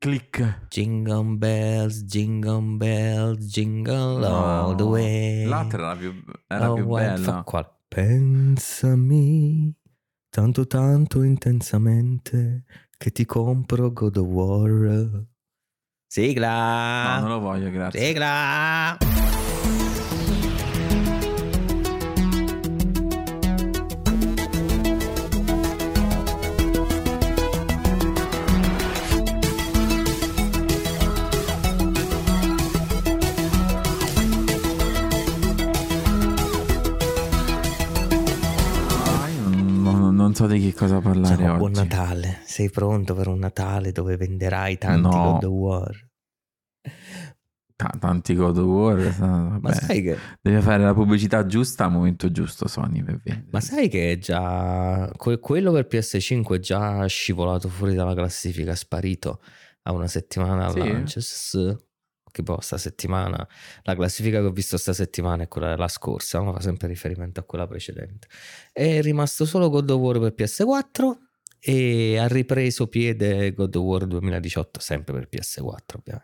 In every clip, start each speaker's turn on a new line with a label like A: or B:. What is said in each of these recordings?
A: Click.
B: Jingle bells, jingle all the way.
A: L'altra era più bella.
B: Pensami tanto tanto intensamente che ti compro God of War. Sigla.
A: No, non lo voglio, grazie.
B: Sigla.
A: Non so di che cosa parlare.
B: Ciao,
A: oggi.
B: buon Natale. Sei pronto per un Natale dove venderai tanti God of War?
A: Tanti God of War. Vabbè.
B: Ma sai che
A: deve fare la pubblicità giusta al momento giusto, Sony, per vendere.
B: Ma sai che è già quello per PS5 è già scivolato fuori dalla classifica, è sparito a una settimana al lancio. Che poi sta settimana, la classifica che ho visto sta settimana è quella della scorsa, ma fa sempre riferimento a quella precedente. È rimasto solo God of War per PS4 e ha ripreso piede God of War 2018 sempre per PS4, ovviamente.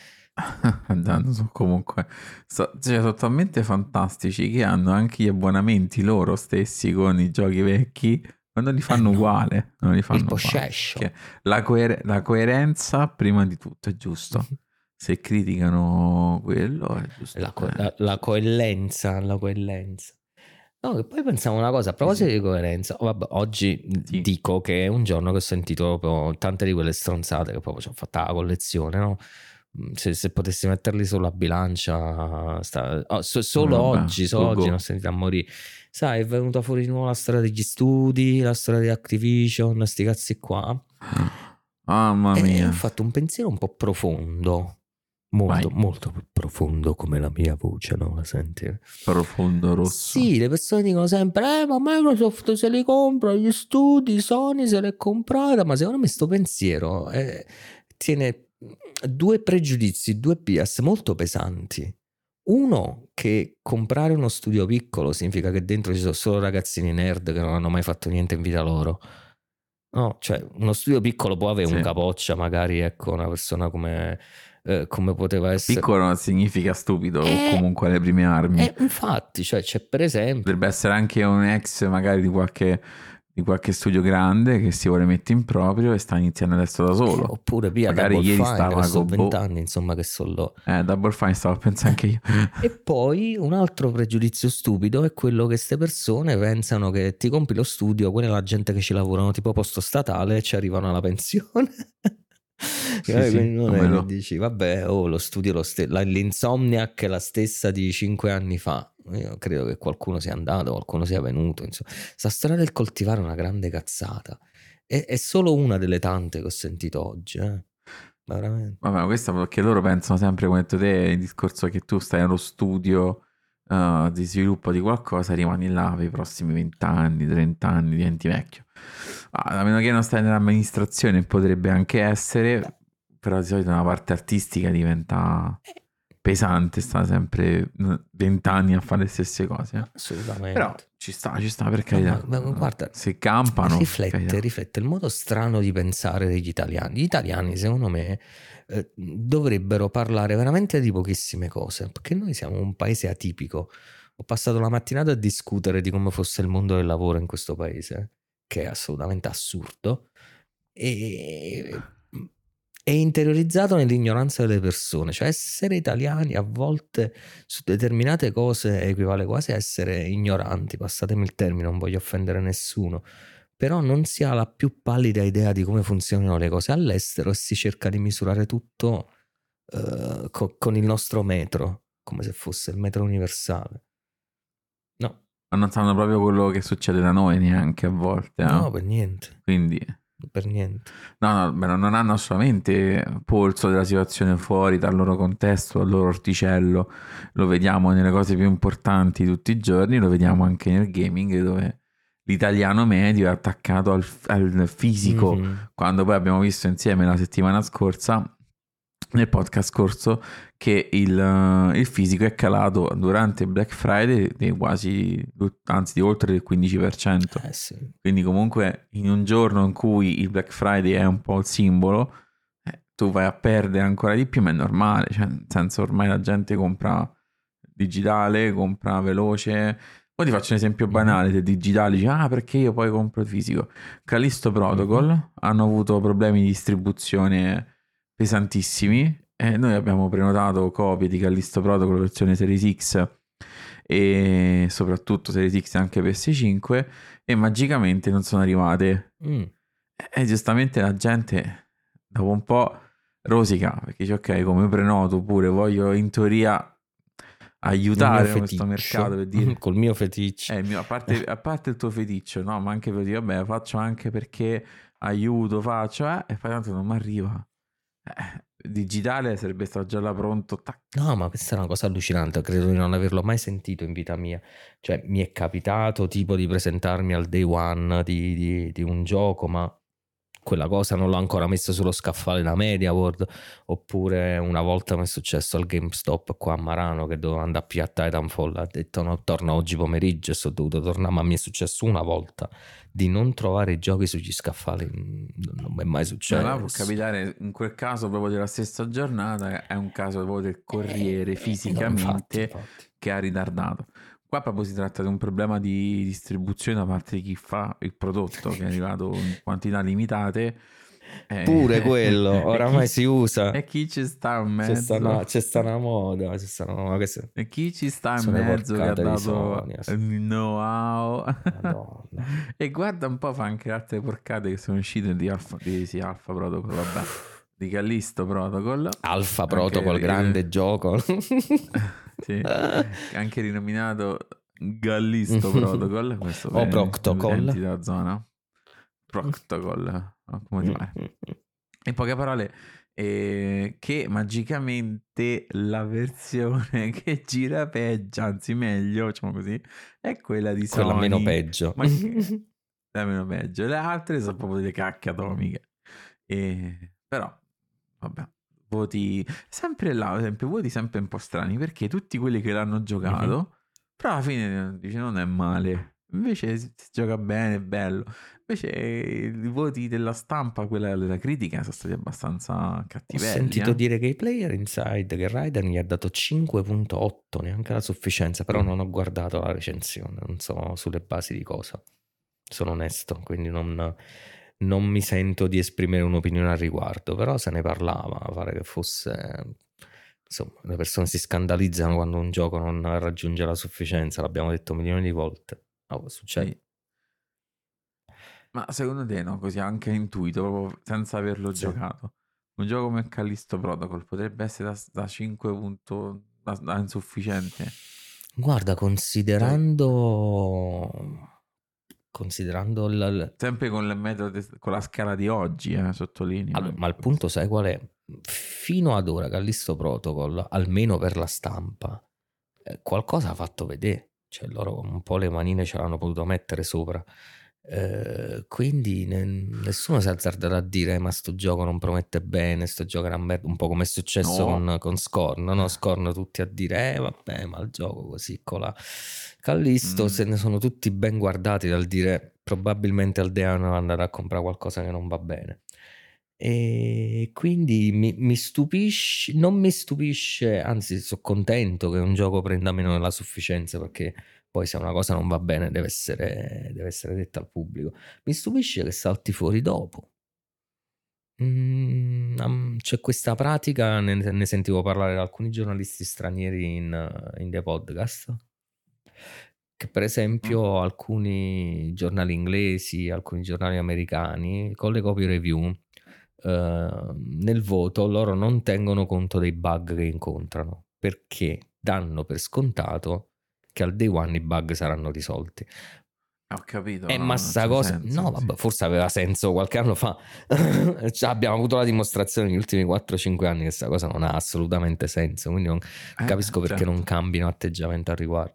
A: Comunque sono talmente fantastici che hanno anche gli abbonamenti loro stessi con i giochi vecchi, ma non li fanno uguale, non li fanno
B: il possesso.
A: La coerenza prima di tutto è giusto. Se criticano quello è giusto.
B: La coerenza. No, che poi pensavo una cosa a proposito di coerenza. Vabbè, oggi dico che è un giorno che ho sentito proprio tante di quelle stronzate che proprio ci ho fatto la collezione, no? Se potessi metterli sulla bilancia solo oggi non ho sentito a morire. Sai, è venuta fuori di nuovo la storia degli studi, la storia di Activision, sti cazzi qua.
A: Mamma mia.
B: E ho fatto un pensiero un po' profondo, molto più profondo, come la mia voce, no? La senti?
A: Profondo rosso.
B: Sì, le persone dicono sempre ma Microsoft se li compra gli studi, Sony se l'è comprata, ma secondo me sto pensiero tiene due pregiudizi, due bias molto pesanti. Uno, che comprare uno studio piccolo significa che dentro ci sono solo ragazzini nerd che non hanno mai fatto niente in vita loro. No, cioè uno studio piccolo può avere un capoccia, magari, ecco, una persona come poteva essere.
A: Piccolo non significa stupido o comunque alle prime armi.
B: Infatti, cioè c'è per esempio.
A: Potrebbe essere anche un ex magari di qualche studio grande che si vuole mettere in proprio e sta iniziando adesso da solo.
B: Oppure via
A: magari
B: Double
A: ieri
B: Fine,
A: stava
B: con 20 anni, insomma, che sono
A: Double Fine stavo pensando anche io.
B: E poi un altro pregiudizio stupido è quello che queste persone pensano che ti compri lo studio, quella è la gente che ci lavorano tipo posto statale e ci arrivano alla pensione. Non è che dici vabbè, lo studio l'Insomniac è la stessa di 5 anni fa. Io credo che qualcuno sia andato, qualcuno sia venuto, insomma. Sta storia del coltivare è una grande cazzata, è solo una delle tante che ho sentito oggi, veramente.
A: Vabbè, questo perché loro pensano sempre, come hai detto te, il discorso che tu stai allo studio di sviluppo di qualcosa, rimani là per i prossimi 20 anni, 30 anni, diventi vecchio. A meno che non stai nell'amministrazione, potrebbe anche essere, però di solito una parte artistica diventa pesante, sta sempre 20 anni a fare le stesse cose.
B: Assolutamente.
A: Però ci sta per carità.
B: Guarda,
A: se campano,
B: riflette il modo strano di pensare degli italiani. Gli italiani, secondo me, dovrebbero parlare veramente di pochissime cose, perché noi siamo un paese atipico. Ho passato la mattinata a discutere di come fosse il mondo del lavoro in questo paese, che è assolutamente assurdo, e è interiorizzato nell'ignoranza delle persone. Cioè essere italiani a volte su determinate cose equivale quasi a essere ignoranti, passatemi il termine, non voglio offendere nessuno, però non si ha la più pallida idea di come funzionano le cose all'estero e si cerca di misurare tutto con il nostro metro, come se fosse il metro universale. No.
A: Ma non sanno proprio quello che succede da noi neanche a volte.
B: No, per niente.
A: Quindi
B: per niente.
A: No, non hanno assolutamente polso della situazione fuori dal loro contesto, dal loro orticello. Lo vediamo nelle cose più importanti tutti i giorni, lo vediamo anche nel gaming, dove l'italiano medio è attaccato al fisico. Quando poi abbiamo visto insieme la settimana scorsa, nel podcast scorso, che il fisico è calato durante il Black Friday di oltre il 15%.
B: Sì.
A: Quindi comunque in un giorno in cui il Black Friday è un po' il simbolo, tu vai a perdere ancora di più, ma è normale, cioè nel senso ormai la gente compra digitale, compra veloce. Poi ti faccio un esempio banale, del digitale dici, perché io poi compro il fisico. Callisto Protocol hanno avuto problemi di distribuzione pesantissimi e noi abbiamo prenotato copie di Callisto Protocol versione Series X e soprattutto Series X e anche PS5 e magicamente non sono arrivate. E giustamente la gente dopo un po' rosica perché dice ok, come prenoto pure voglio in teoria
B: Il mio
A: aiutare questo mercato
B: feticcio,
A: per dire
B: col mio feticcio.
A: a parte il tuo feticcio, no, ma anche per dire vabbè faccio anche perché aiuto, faccio e poi tanto non mi arriva. Digitale sarebbe stato già là pronto, tac.
B: No, ma questa è una cosa allucinante, credo di non averlo mai sentito in vita mia. Cioè, mi è capitato tipo di presentarmi al day one di un gioco, ma quella cosa non l'ho ancora messa sullo scaffale da MediaWorld, oppure una volta mi è successo al GameStop qua a Marano che dovevo andare a piattare Titanfall, ha detto no, torna oggi pomeriggio e sono dovuto tornare, ma mi è successo una volta di non trovare i giochi sugli scaffali, non mi è mai
A: Là può
B: successo.
A: capitare in quel caso proprio della stessa giornata, è un caso proprio del corriere
B: No, infatti,
A: fisicamente
B: infatti.
A: che ha ritardato. Qua proprio si tratta di un problema di distribuzione da parte di chi fa il prodotto che è arrivato in quantità limitate
B: Pure quello,
A: e chi,
B: oramai si usa.
A: e chi ci sta in mezzo.
B: C'è sta una moda, queste
A: E chi ci sta in
B: sono le
A: mezzo che ha
B: porcate di
A: dato
B: Sony.
A: il know-how
B: Madonna.
A: e guarda un po' fa anche altre porcate che sono uscite di Alpha Protocol, vabbè, di Callisto Protocol,
B: Alpha
A: anche
B: Protocol, grande gioco.
A: sì, anche rinominato Gallisto Protocol, questo
B: O
A: per gli
B: Proctocol.
A: utenti della zona. Proctocol, come ti pare. In poche parole, che magicamente la versione che gira peggio, anzi meglio, diciamo così, è quella di
B: Quella meno
A: Sony.
B: peggio.
A: Ma che è meno peggio. Le altre sono proprio delle cacche atomiche. Però, vabbè, voti sempre là, ad esempio, voti sempre un po' strani perché tutti quelli che l'hanno giocato, però alla fine dice non è male. Invece si gioca bene, è bello. Invece i voti della stampa, quella della critica, sono stati abbastanza
B: Ho
A: cattivelli,
B: sentito dire che i player inside che Raiden gli ha dato 5.8, neanche la sufficienza, però non ho guardato la recensione, non so sulle basi di cosa. Sono onesto, quindi non mi sento di esprimere un'opinione al riguardo, però se ne parlava, pare che fosse... Insomma, le persone si scandalizzano quando un gioco non raggiunge la sufficienza, l'abbiamo detto milioni di volte. Oh, succede.
A: Sì. Ma secondo te, no, così anche intuito, proprio senza averlo
B: Sì.
A: giocato, un gioco come Callisto Protocol potrebbe essere da 5 punto, da insufficiente?
B: Guarda, considerando
A: Sempre con il metodo, con la scala di oggi, sottolineo.
B: allora, ma il punto sai qual è? Fino ad ora Callisto Protocol, almeno per la stampa, qualcosa ha fatto vedere. Cioè loro un po' le manine ce l'hanno potuto mettere sopra. Quindi nessuno si è azzardato a dire ma sto gioco non promette bene, sto gioco era un po' come è successo
A: No.
B: con Scorn, no? Scorn tutti a dire vabbè ma il gioco così colà. Callisto se ne sono tutti ben guardati dal dire probabilmente Aldeano è andato a comprare qualcosa che non va bene. E quindi mi stupisce, non mi stupisce, anzi sono contento che un gioco prenda meno della sufficienza perché poi se una cosa non va bene deve essere detta al pubblico. Mi stupisce che salti fuori dopo. C'è questa pratica, ne sentivo parlare da alcuni giornalisti stranieri in dei podcast, che per esempio alcuni giornali inglesi, alcuni giornali americani, con le copy review, nel voto loro non tengono conto dei bug che incontrano, perché danno per scontato che al day one i bug saranno risolti.
A: Ho capito,
B: Ma
A: no, non
B: sta
A: c'ha
B: cosa,
A: senso
B: no,
A: così.
B: vabbè, forse aveva senso qualche anno fa. Cioè, abbiamo avuto la dimostrazione negli ultimi 4-5 anni che questa cosa non ha assolutamente senso. Quindi non capisco perché non
A: Certo.
B: cambino atteggiamento al riguardo.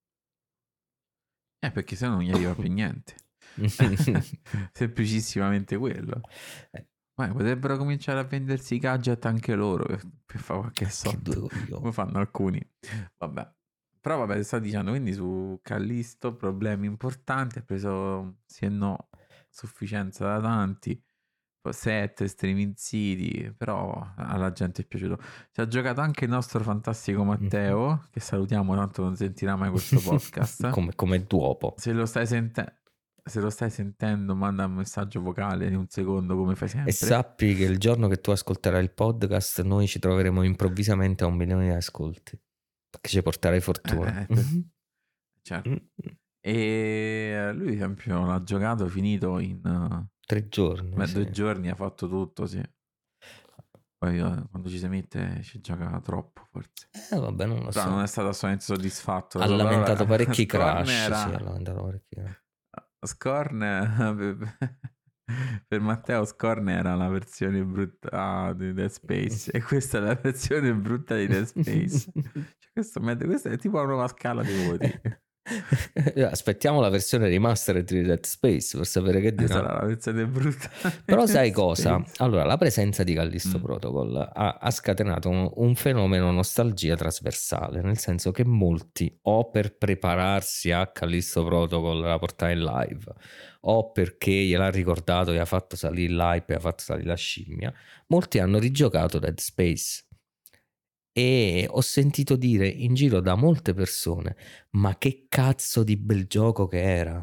A: Perché se no non gli arriva più niente. Semplicissimamente quello. Ma potrebbero cominciare a vendersi i gadget anche loro per fare qualche
B: Che
A: soldo,
B: due coglioni.
A: come fanno alcuni. Vabbè. Però vabbè, sta dicendo, quindi su Callisto problemi importanti, ha preso sì e no, sufficienza da tanti. 7 Streaming City, però alla gente è piaciuto. Ci ha giocato anche il nostro fantastico Matteo, che salutiamo, tanto non sentirà mai questo podcast.
B: come duopo.
A: Se lo stai sentendo, manda un messaggio vocale di un secondo, come fai sempre.
B: E sappi che il giorno che tu ascolterai il podcast, noi ci troveremo improvvisamente a 1 milione di ascolti, perché ci porterai fortuna.
A: Certo. E lui, ad esempio, l'ha giocato, finito in
B: 3 giorni.
A: 2 giorni, ha fatto tutto, sì. Poi quando ci si mette ci gioca troppo, forse.
B: Vabbè, non lo
A: Però
B: so.
A: non è stato assolutamente soddisfatto.
B: Ha lamentato parecchi
A: Scorn
B: crash.
A: era...
B: Sì, ha lamentato parecchi crash.
A: Scorn per Matteo Scorn era la versione brutta di Dead Space e questa è la versione brutta di Dead Space. Cioè, questa è tipo una nuova scala di voti.
B: Aspettiamo la versione remastered di Dead Space per sapere che dirà.
A: Sarà la versione brutta.
B: Però sai cosa? Allora, la presenza di Callisto Protocol ha scatenato un fenomeno nostalgia trasversale, nel senso che molti, o per prepararsi a Callisto Protocol la portare in live, o perché gliel'ha ricordato e ha fatto salire l'hype e ha fatto salire la scimmia, molti hanno rigiocato Dead Space. E ho sentito dire in giro da molte persone: ma che cazzo di bel gioco che era.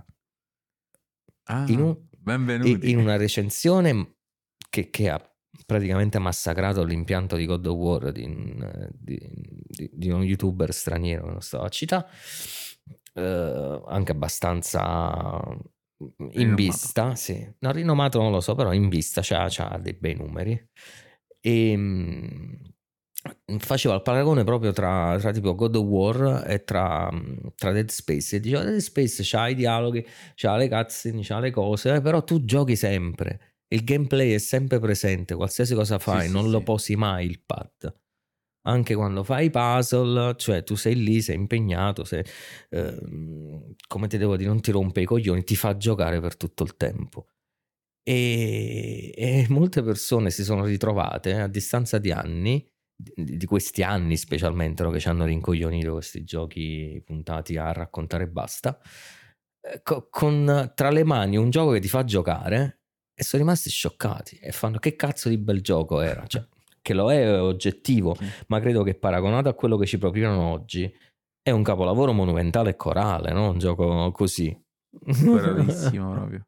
A: Benvenuti.
B: In una recensione che ha praticamente massacrato l'impianto di God of War di uno youtuber straniero che non stavo a citare, anche abbastanza in vista, sì. No, rinomato non lo so, però in vista c'ha dei bei numeri. E faceva il paragone proprio tra tipo God of War e tra Dead Space, e diceva: Dead Space c'ha i dialoghi, c'ha le cutscene, c'ha le cose, però tu giochi sempre, il gameplay è sempre presente, qualsiasi cosa fai, non lo posi mai il pad, anche quando fai i puzzle, cioè tu sei lì, sei impegnato, come ti devo dire, non ti rompe i coglioni, ti fa giocare per tutto il tempo. E molte persone si sono ritrovate a distanza di anni, di questi anni specialmente, no, che ci hanno rincoglionito questi giochi puntati a raccontare e basta, con tra le mani un gioco che ti fa giocare, e sono rimasti scioccati e fanno: che cazzo di bel gioco era, cioè, che lo è oggettivo, ma credo che paragonato a quello che ci propinano oggi è un capolavoro monumentale e corale, no? Un gioco così
A: bravissimo proprio.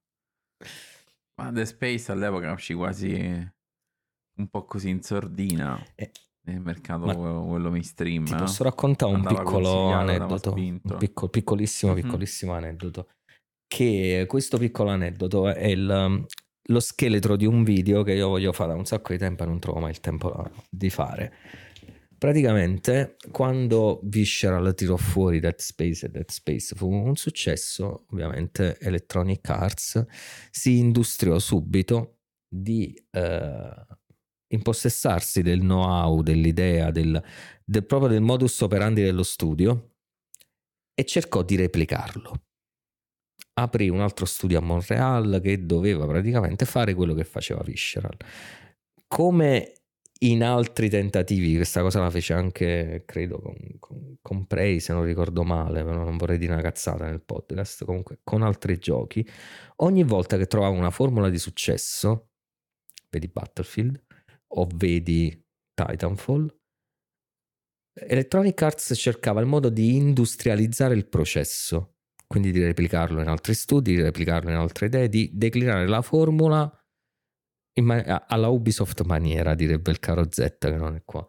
A: Ma The Space all'epoca uscì quasi un po' così in sordina nel mercato quello mainstream.
B: Ti posso raccontare un piccolo aneddoto, un piccolissimo aneddoto, che questo piccolo aneddoto è lo scheletro di un video che io voglio fare da un sacco di tempo e non trovo mai il tempo di fare. Praticamente quando Visceral tirò fuori Dead Space fu un successo. Ovviamente Electronic Arts si industriò subito di impossessarsi del know-how, dell'idea, proprio del modus operandi dello studio, e cercò di replicarlo. Aprì un altro studio a Montreal che doveva praticamente fare quello che faceva Visceral. Come in altri tentativi, questa cosa la fece anche, credo, con Prey, se non ricordo male, però non vorrei dire una cazzata nel podcast, comunque con altri giochi, ogni volta che trovava una formula di successo, vedi Battlefield o vedi Titanfall, Electronic Arts cercava il modo di industrializzare il processo, quindi di replicarlo in altri studi, di replicarlo in altre idee, di declinare la formula alla Ubisoft maniera, direbbe il caro Z che non è qua.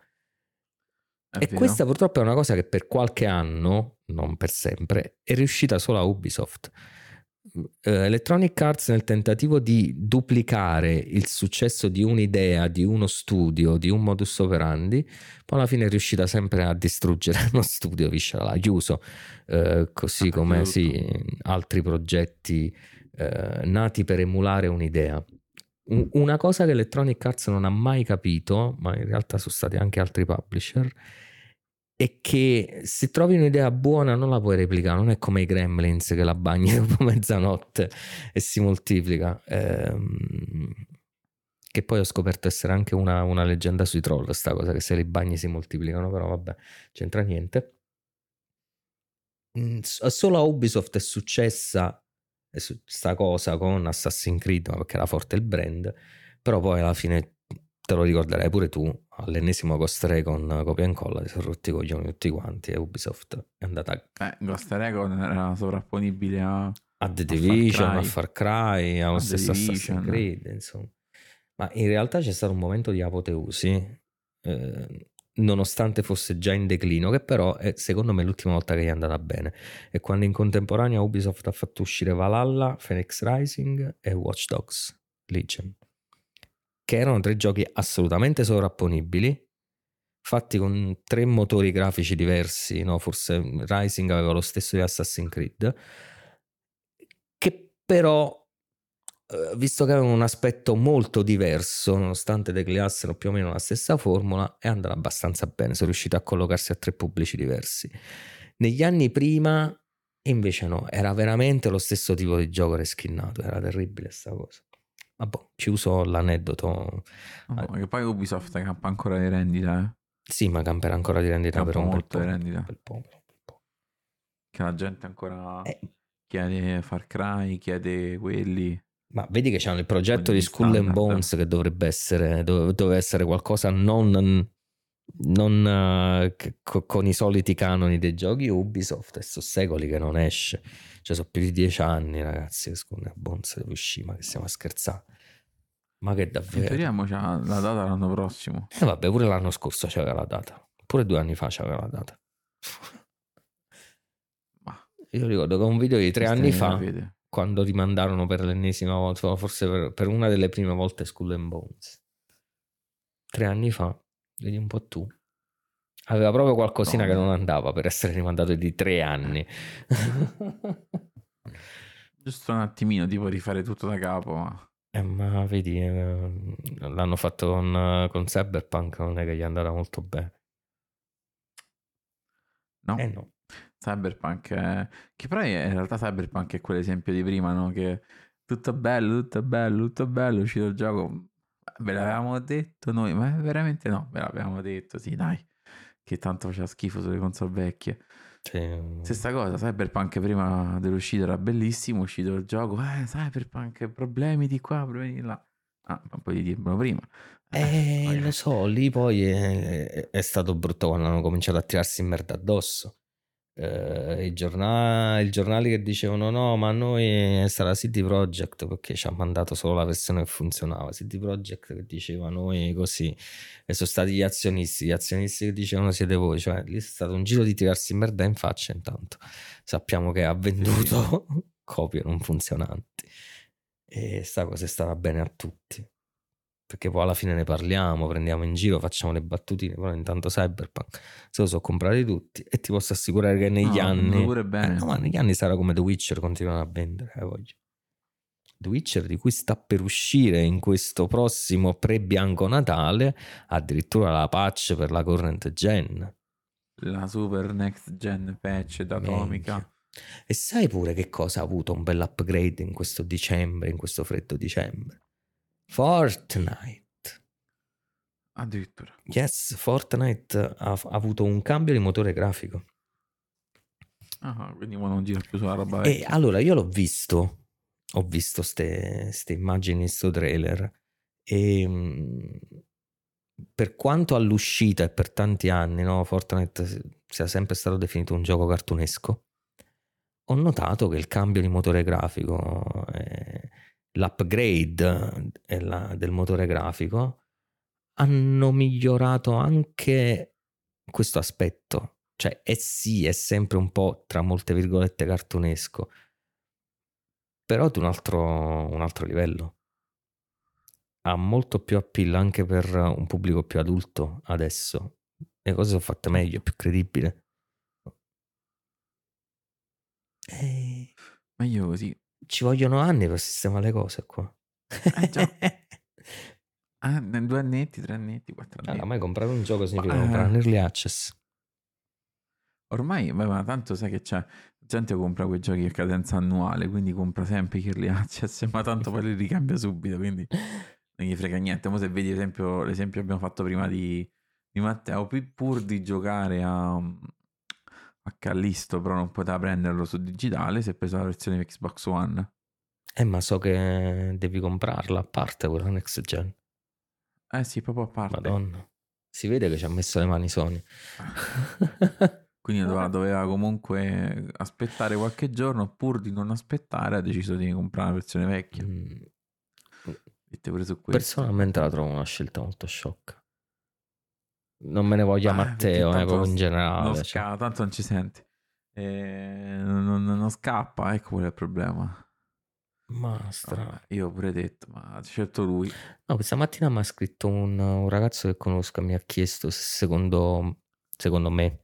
B: Questa purtroppo è una cosa che per qualche anno, non per sempre, è riuscita solo a Ubisoft. Electronic Arts, nel tentativo di duplicare il successo di un'idea, di uno studio, di un modus operandi, poi alla fine è riuscita sempre a distruggere lo studio. Visceral l'ha chiuso, così come altri progetti nati per emulare un'idea. Una cosa che Electronic Arts non ha mai capito, ma in realtà sono stati anche altri publisher, è che se trovi un'idea buona non la puoi replicare. Non è come i Gremlins che la bagni dopo mezzanotte e si moltiplica, che poi ho scoperto essere anche una leggenda sui troll, sta cosa che se li bagni si moltiplicano, però vabbè, c'entra niente. Solo a Ubisoft è successa sta cosa con Assassin's Creed, ma perché era forte il brand. Però poi alla fine te lo ricorderai pure tu, all'ennesimo Ghost Recon copia e incolla, si sono rotti i coglioni tutti quanti e Ubisoft è andata
A: Ghost Recon era sovrapponibile a
B: The
A: Far
B: Division, a
A: Cry,
B: Far Cry, allo
A: a The
B: stesso Assassin's
A: Division.
B: Creed, insomma. Ma in realtà c'è stato un momento di apoteosi, nonostante fosse già in declino, che però è secondo me l'ultima volta che gli è andata bene. E quando in contemporanea Ubisoft ha fatto uscire Valhalla, Phoenix Rising e Watch Dogs Legion, che erano 3 giochi assolutamente sovrapponibili, fatti con 3 motori grafici diversi, no? Forse Rising aveva lo stesso di Assassin's Creed, che però, visto che avevano un aspetto molto diverso, nonostante declinassero più o meno la stessa formula, è andata abbastanza bene, sono riusciti a collocarsi a 3 pubblici diversi. Negli anni prima invece no, era veramente lo stesso tipo di gioco reskinnato, era terribile sta cosa. Vabbè, chiuso l'aneddoto.
A: No, che poi Ubisoft campa ancora di rendita,
B: Sì, ma camperà ancora di rendita per
A: campa
B: un bel
A: molto
B: po'.
A: di rendita.
B: Per un po'.
A: Che la gente ancora
B: Eh,
A: chiede Far Cry, chiede quelli.
B: ma vedi che c'hanno il progetto
A: Quelli
B: di Skull and
A: standard.
B: Bones che dovrebbe essere, doveva essere qualcosa non con i soliti canoni dei giochi Ubisoft, e sono secoli che non esce, cioè sono più di 10 anni ragazzi che Skull and Bones deve uscire, ma che stiamo a scherzare, ma che
A: In
B: davvero.
A: teoria mo c'ha la data l'anno prossimo.
B: Vabbè, pure l'anno scorso c'aveva la data, pure 2 anni fa c'aveva la data.
A: Ma
B: Io ricordo che un video di 3 anni fa,
A: vede.
B: quando rimandarono per l'ennesima volta, forse per una delle prime volte Skull and Bones, 3 anni fa, vedi un po' tu, aveva proprio qualcosina che non andava per essere rimandato di 3 anni.
A: Giusto un attimino, tipo rifare tutto da capo,
B: ma vedi, l'hanno fatto con Cyberpunk, non è che gli è andata molto bene.
A: No.
B: No.
A: Cyberpunk che però in realtà Cyberpunk è quell'esempio di prima, no? Che tutto bello, è uscito il gioco, ve l'avevamo detto noi, ma veramente no, ve l'avevamo detto, sì dai, che tanto faceva schifo sulle console vecchie. Stessa cosa, Cyberpunk prima dell'uscita era bellissimo, è uscito il gioco, Cyberpunk, problemi di qua, problemi di là. Ma poi di dirmelo prima.
B: Lo so, lì poi è stato brutto quando hanno cominciato a tirarsi in merda addosso. I giornali che dicevano no, ma a noi sarà CD Projekt perché ci ha mandato solo la versione che funzionava. CD Projekt che diceva noi così, e sono stati gli azionisti che dicevano siete voi. Cioè lì è stato un giro di tirarsi in merda in faccia. Intanto sappiamo che ha venduto copie non funzionanti, e sta cosa è stata bene a tutti, perché poi alla fine ne parliamo, prendiamo in giro, facciamo le battutine, però intanto Cyberpunk se lo sono comprati tutti, e ti posso assicurare che negli anni
A: pure bene.
B: no, ma negli anni sarà come The Witcher, continuano a vendere, voglio. The Witcher, di cui sta per uscire in questo prossimo pre-bianco Natale addirittura la patch per la current gen,
A: la super next gen patch d'Atomica.
B: E sai pure che cosa ha avuto un bel upgrade in questo dicembre, in questo freddo dicembre? Fortnite.
A: Addirittura.
B: Yes, Fortnite ha avuto un cambio di motore grafico.
A: Quindi non gira più sulla roba
B: E
A: vecchia.
B: allora io l'ho visto, ho visto ste immagini, sto trailer, e per quanto all'uscita e per tanti anni, no, Fortnite sia sempre stato definito un gioco cartunesco, ho notato che il cambio di motore grafico, l'upgrade del motore grafico hanno migliorato anche questo aspetto. Cioè, sì, è sempre un po', tra molte virgolette, cartunesco, però ad un altro livello. Ha molto più appeal anche per un pubblico più adulto adesso. Le cose sono fatte meglio, più credibile.
A: Meglio così.
B: Ci vogliono anni per sistemare le cose qua.
A: Già. 2 annetti, 3 annetti, 4 annetti.
B: Ormai comprare un gioco significa comprare un early access.
A: Ormai, ma tanto sai che c'è gente che compra quei giochi a cadenza annuale, quindi compra sempre gli early access, ma tanto poi li ricambia subito, quindi non gli frega niente. Ma se vedi l'esempio che abbiamo fatto prima di Matteo, pur di giocare a Callisto, però non poteva prenderlo su digitale, si è preso la versione Xbox One.
B: Ma so che devi comprarla a parte quella next gen.
A: sì, proprio a parte.
B: Madonna. Si vede che ci ha messo le mani Sony.
A: Quindi doveva comunque aspettare qualche giorno, pur di non aspettare ha deciso di comprare la versione vecchia. Dite pure su questo.
B: Personalmente la trovo una scelta molto sciocca. Non me ne voglia Matteo, proprio in generale.
A: Tanto non ci senti. Non scappa, ecco qual è il problema. Io ho pure detto, ma ha scelto lui.
B: No, questa mattina mi ha scritto un ragazzo che conosco e mi ha chiesto se secondo me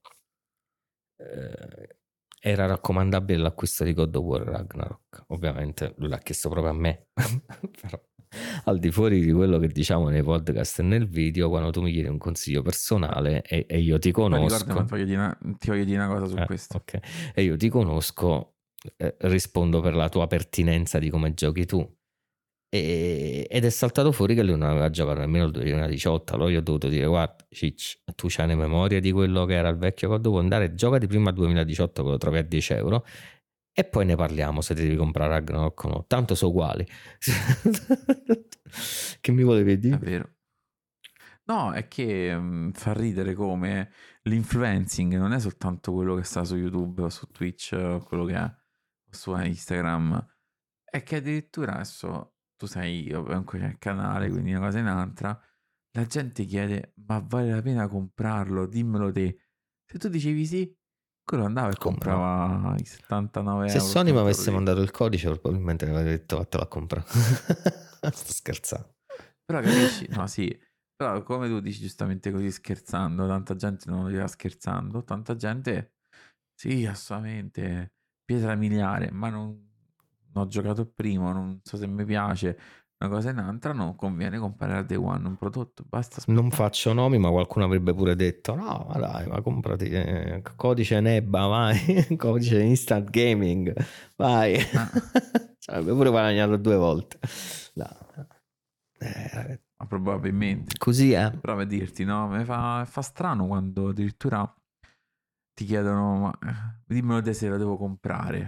B: era raccomandabile l'acquisto di God of War Ragnarok. Ovviamente lui l'ha chiesto proprio a me. Però al di fuori di quello che diciamo nei podcast e nel video, quando tu mi chiedi un consiglio personale e io ti conosco,
A: ti voglio dire una cosa su questo.
B: Okay. E io ti conosco, rispondo per la tua pertinenza di come giochi tu. Ed è saltato fuori che lui non aveva giocato nemmeno il 2018. Allora io ho dovuto dire: guarda, Cicci, tu c'hai le memorie di quello che era il vecchio God of War, andare, giocati prima il 2018 che lo trovi a 10 euro e poi ne parliamo se ti devi comprare Ragnarok o no, tanto sono uguali. Che mi volevi dire?
A: È vero. No, è che fa ridere come l'influencing non è soltanto quello che sta su YouTube o su Twitch o quello che è o su Instagram, è che addirittura adesso tu sai, io comunque c'è il canale, quindi una cosa in un'altra, la gente chiede: ma vale la pena comprarlo? Dimmelo te. Se tu dicevi sì, quello andava e comprava i 79
B: Se
A: euro.
B: Sony mi avesse mandato il codice, probabilmente ne avrei detto vattelo a comprare. Sto scherzando.
A: Però capisci? No, sì. Però come tu dici giustamente così scherzando, tanta gente non lo dirà scherzando, tanta gente sì, assolutamente, pietra miliare, ma non ho giocato il primo, non so se mi piace, una cosa in un'altra, non conviene comprare a Day One un prodotto, basta aspettare.
B: Non faccio nomi, ma qualcuno avrebbe pure detto: no, ma dai, ma comprati codice Nebba, vai, codice Instant Gaming, vai. Cioè, avrebbe pure guadagnato 2 volte. No.
A: Ma probabilmente.
B: Così è.
A: Però per dirti, no, mi fa strano quando addirittura ti chiedono: ma dimmelo te se la devo comprare.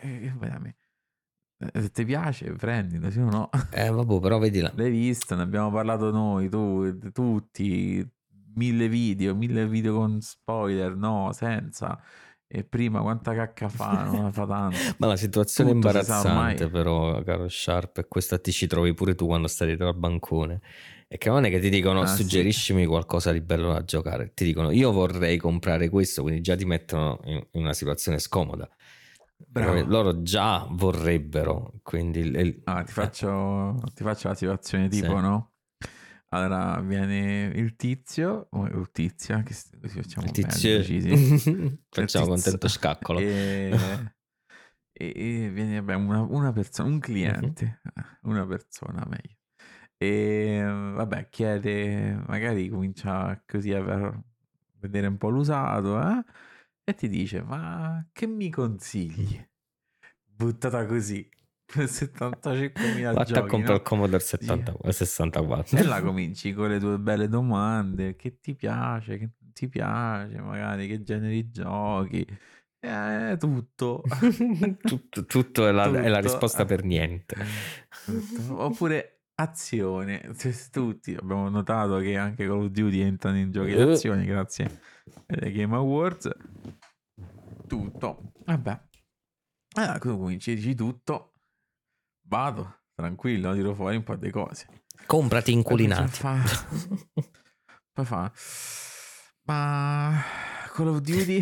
A: Se ti piace, prendilo, se no.
B: Vabbè, però vedila.
A: L'hai visto, ne abbiamo parlato noi, tu, tutti, 1000 video con spoiler, no, senza. E prima quanta cacca fa, non la fa tanto.
B: Ma la situazione
A: Tutto
B: imbarazzante però, caro Sharp, e questa ti ci trovi pure tu quando stai dietro al bancone, è che non è che ti dicono suggeriscimi qualcosa di bello da giocare, ti dicono io vorrei comprare questo, quindi già ti mettono in una situazione scomoda. Bravo. Loro già vorrebbero, quindi
A: ti faccio la situazione tipo, sì. No? Allora viene il tizio o Tizia, che così facciamo
B: il tizio facciamo contento scaccolo
A: e viene una persona, un cliente, una persona meglio, e vabbè chiede, magari comincia così a vedere un po' l'usato, e ti dice: ma che mi consigli? Buttata così 75.000
B: vatti
A: giochi,
B: a comprare il Commodore 64
A: e là cominci con le tue belle domande: che ti piace, che non ti piace, magari che generi giochi, tutto
B: tutto è la risposta per niente.
A: Tutto. Oppure azione, tutti abbiamo notato che anche Call of Duty entrano in giochi d'azione grazie ai Game Awards, tutto, vabbè. Allora tu cominci, dici tutto, vado, tranquillo, tiro fuori un po' di cose.
B: Comprati inculinati.
A: Poi fa: ma Call of Duty?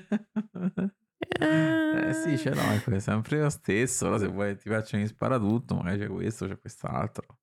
A: Sì, ce l'ho, è sempre lo stesso, però se vuoi ti piacciono gli sparatutto, magari c'è questo, c'è quest'altro.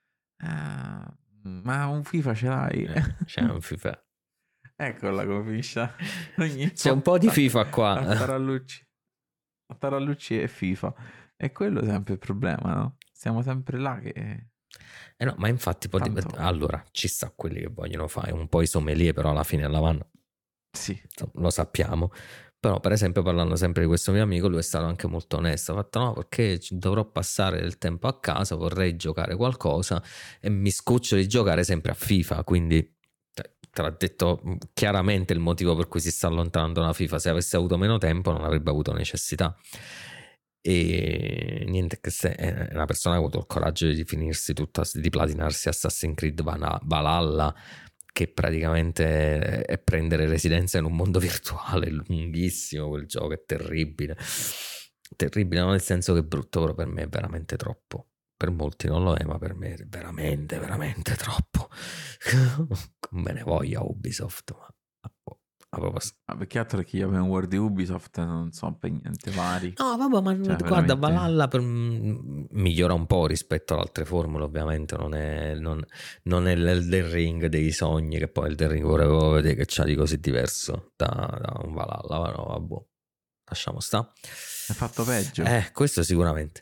A: Ma un FIFA ce l'hai?
B: C'è un FIFA.
A: Eccola come finisce.
B: C'è un po' di FIFA qua.
A: Tarallucci e FIFA. E quello è sempre il problema, no? Siamo sempre là che...
B: no, ma infatti allora ci sta quelli che vogliono fare un po' i sommelier, però alla fine la vanno.
A: Sì.
B: Lo sappiamo. Però per esempio, parlando sempre di questo mio amico, lui è stato anche molto onesto, ha fatto: no, perché dovrò passare del tempo a casa, vorrei giocare qualcosa e mi scoccio di giocare sempre a FIFA, quindi te l'ha detto chiaramente il motivo per cui si sta allontanando da FIFA. Se avesse avuto meno tempo non avrebbe avuto necessità. E niente, è una persona che ha avuto il coraggio di finirsi di platinarsi Assassin's Creed Valhalla, che praticamente è prendere residenza in un mondo virtuale lunghissimo. Quel gioco è terribile, non nel senso che è brutto, però per me è veramente troppo. Per molti non lo è, ma per me è veramente, veramente troppo. Me ne voglia Ubisoft, ma
A: perché altro che io open world di Ubisoft non so per niente vari.
B: No, vabbè, ma
A: Cioè,
B: guarda,
A: veramente...
B: Valhalla migliora un po' rispetto ad altre formule, ovviamente. Non è l'Elden Ring dei sogni, che poi Elden Ring volevo vedere che c'ha di così diverso da un Valhalla, ma no, vabbè, lasciamo sta.
A: È fatto peggio.
B: Questo sicuramente.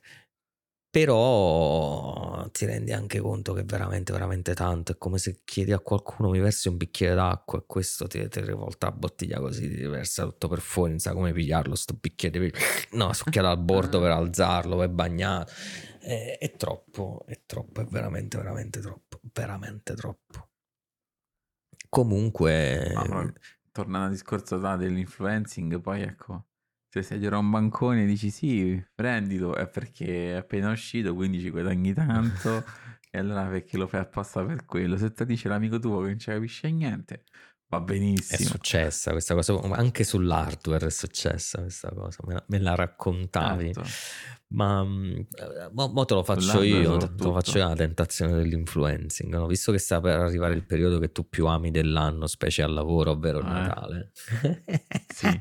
B: Però ti rendi anche conto che è veramente, veramente tanto. È come se chiedi a qualcuno mi versi un bicchiere d'acqua e questo ti rivolta la bottiglia così, ti versa tutto per fuori, non sa come pigliarlo sto bicchiere, no, succhiare al bordo per alzarlo, è bagnato. È troppo, è veramente, veramente troppo, veramente troppo. Comunque...
A: tornando al discorso dell'influencing, poi ecco, se sei dietro a un bancone e dici sì, prendilo, è perché è appena uscito, quindi ci guadagni tanto, e allora perché lo fai apposta per quello. Se ti dice l'amico tuo che non ci capisce niente, va benissimo.
B: È successa questa cosa, anche sull'hardware è successa questa cosa, me la raccontavi.
A: Certo.
B: Ma mo te lo faccio io, te lo faccio io la tentazione dell'influencing, no? Visto che sta per arrivare il periodo che tu più ami dell'anno, specie al lavoro, ovvero il Natale.
A: Sì.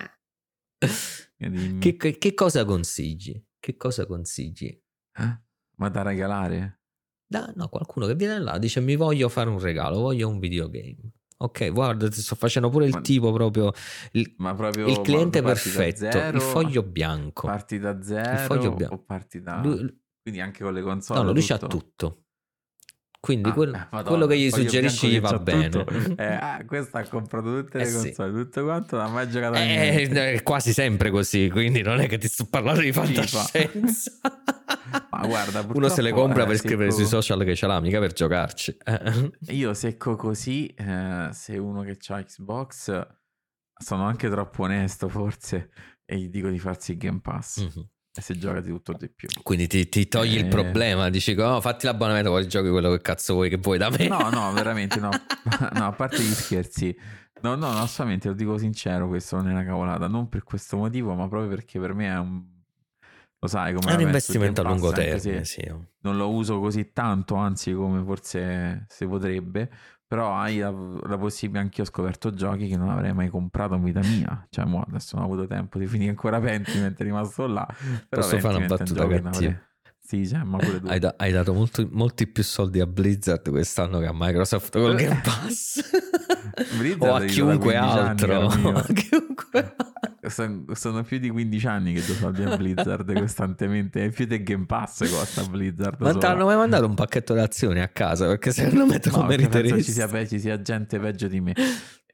B: Che cosa consigli? Che cosa consigli?
A: Ma da regalare?
B: No, qualcuno che viene là dice mi voglio fare un regalo, voglio un videogame. Ok, guarda, ti sto facendo pure il tipo proprio il cliente perfetto, il foglio bianco.
A: Parti da zero, il foglio bianco. O parti da... quindi anche con le console?
B: No, lui c'ha tutto. Quindi quello che gli suggerisci gli va bene.
A: Questo ha comprato tutte le console, tutto quanto, non ha mai giocato a niente.
B: È quasi sempre così, quindi non è che ti sto parlando di fantascienza.
A: Ma guarda,
B: uno se le compra per scrivere sui social che ce l'ha, mica per giocarci.
A: Io secco così, se uno che c'ha Xbox, sono anche troppo onesto forse, e gli dico di farsi il Game Pass. E se gioca di tutto di più.
B: Quindi ti togli il problema, dici fatti l'abbonamento, poi giochi quello che cazzo vuoi che vuoi da me.
A: No, veramente no. No, a parte gli scherzi. No, assolutamente, lo dico sincero, questo non è una cavolata. Non per questo motivo, ma proprio perché per me è lo sai come
B: è un investimento a lungo termine, sì.
A: Non lo uso così tanto, anzi come forse si potrebbe, però hai la possibilità, anch'io ho scoperto giochi che non avrei mai comprato in vita mia, cioè adesso non ho avuto tempo di finire ancora Pentiment, è rimasto là. Però
B: posso fare una battuta cattiva?
A: Sì, cioè, ma pure tu.
B: Hai dato molti più soldi a Blizzard quest'anno che a Microsoft col Game Pass. O a chiunque altro.
A: Sono più di 15 anni che do soldi a Blizzard costantemente. È più del Game Pass costa Blizzard.
B: Ma ti hanno mai mandato un pacchetto d'azioni a casa? Perché secondo me te lo meriteresti.
A: Ci sia gente peggio di me.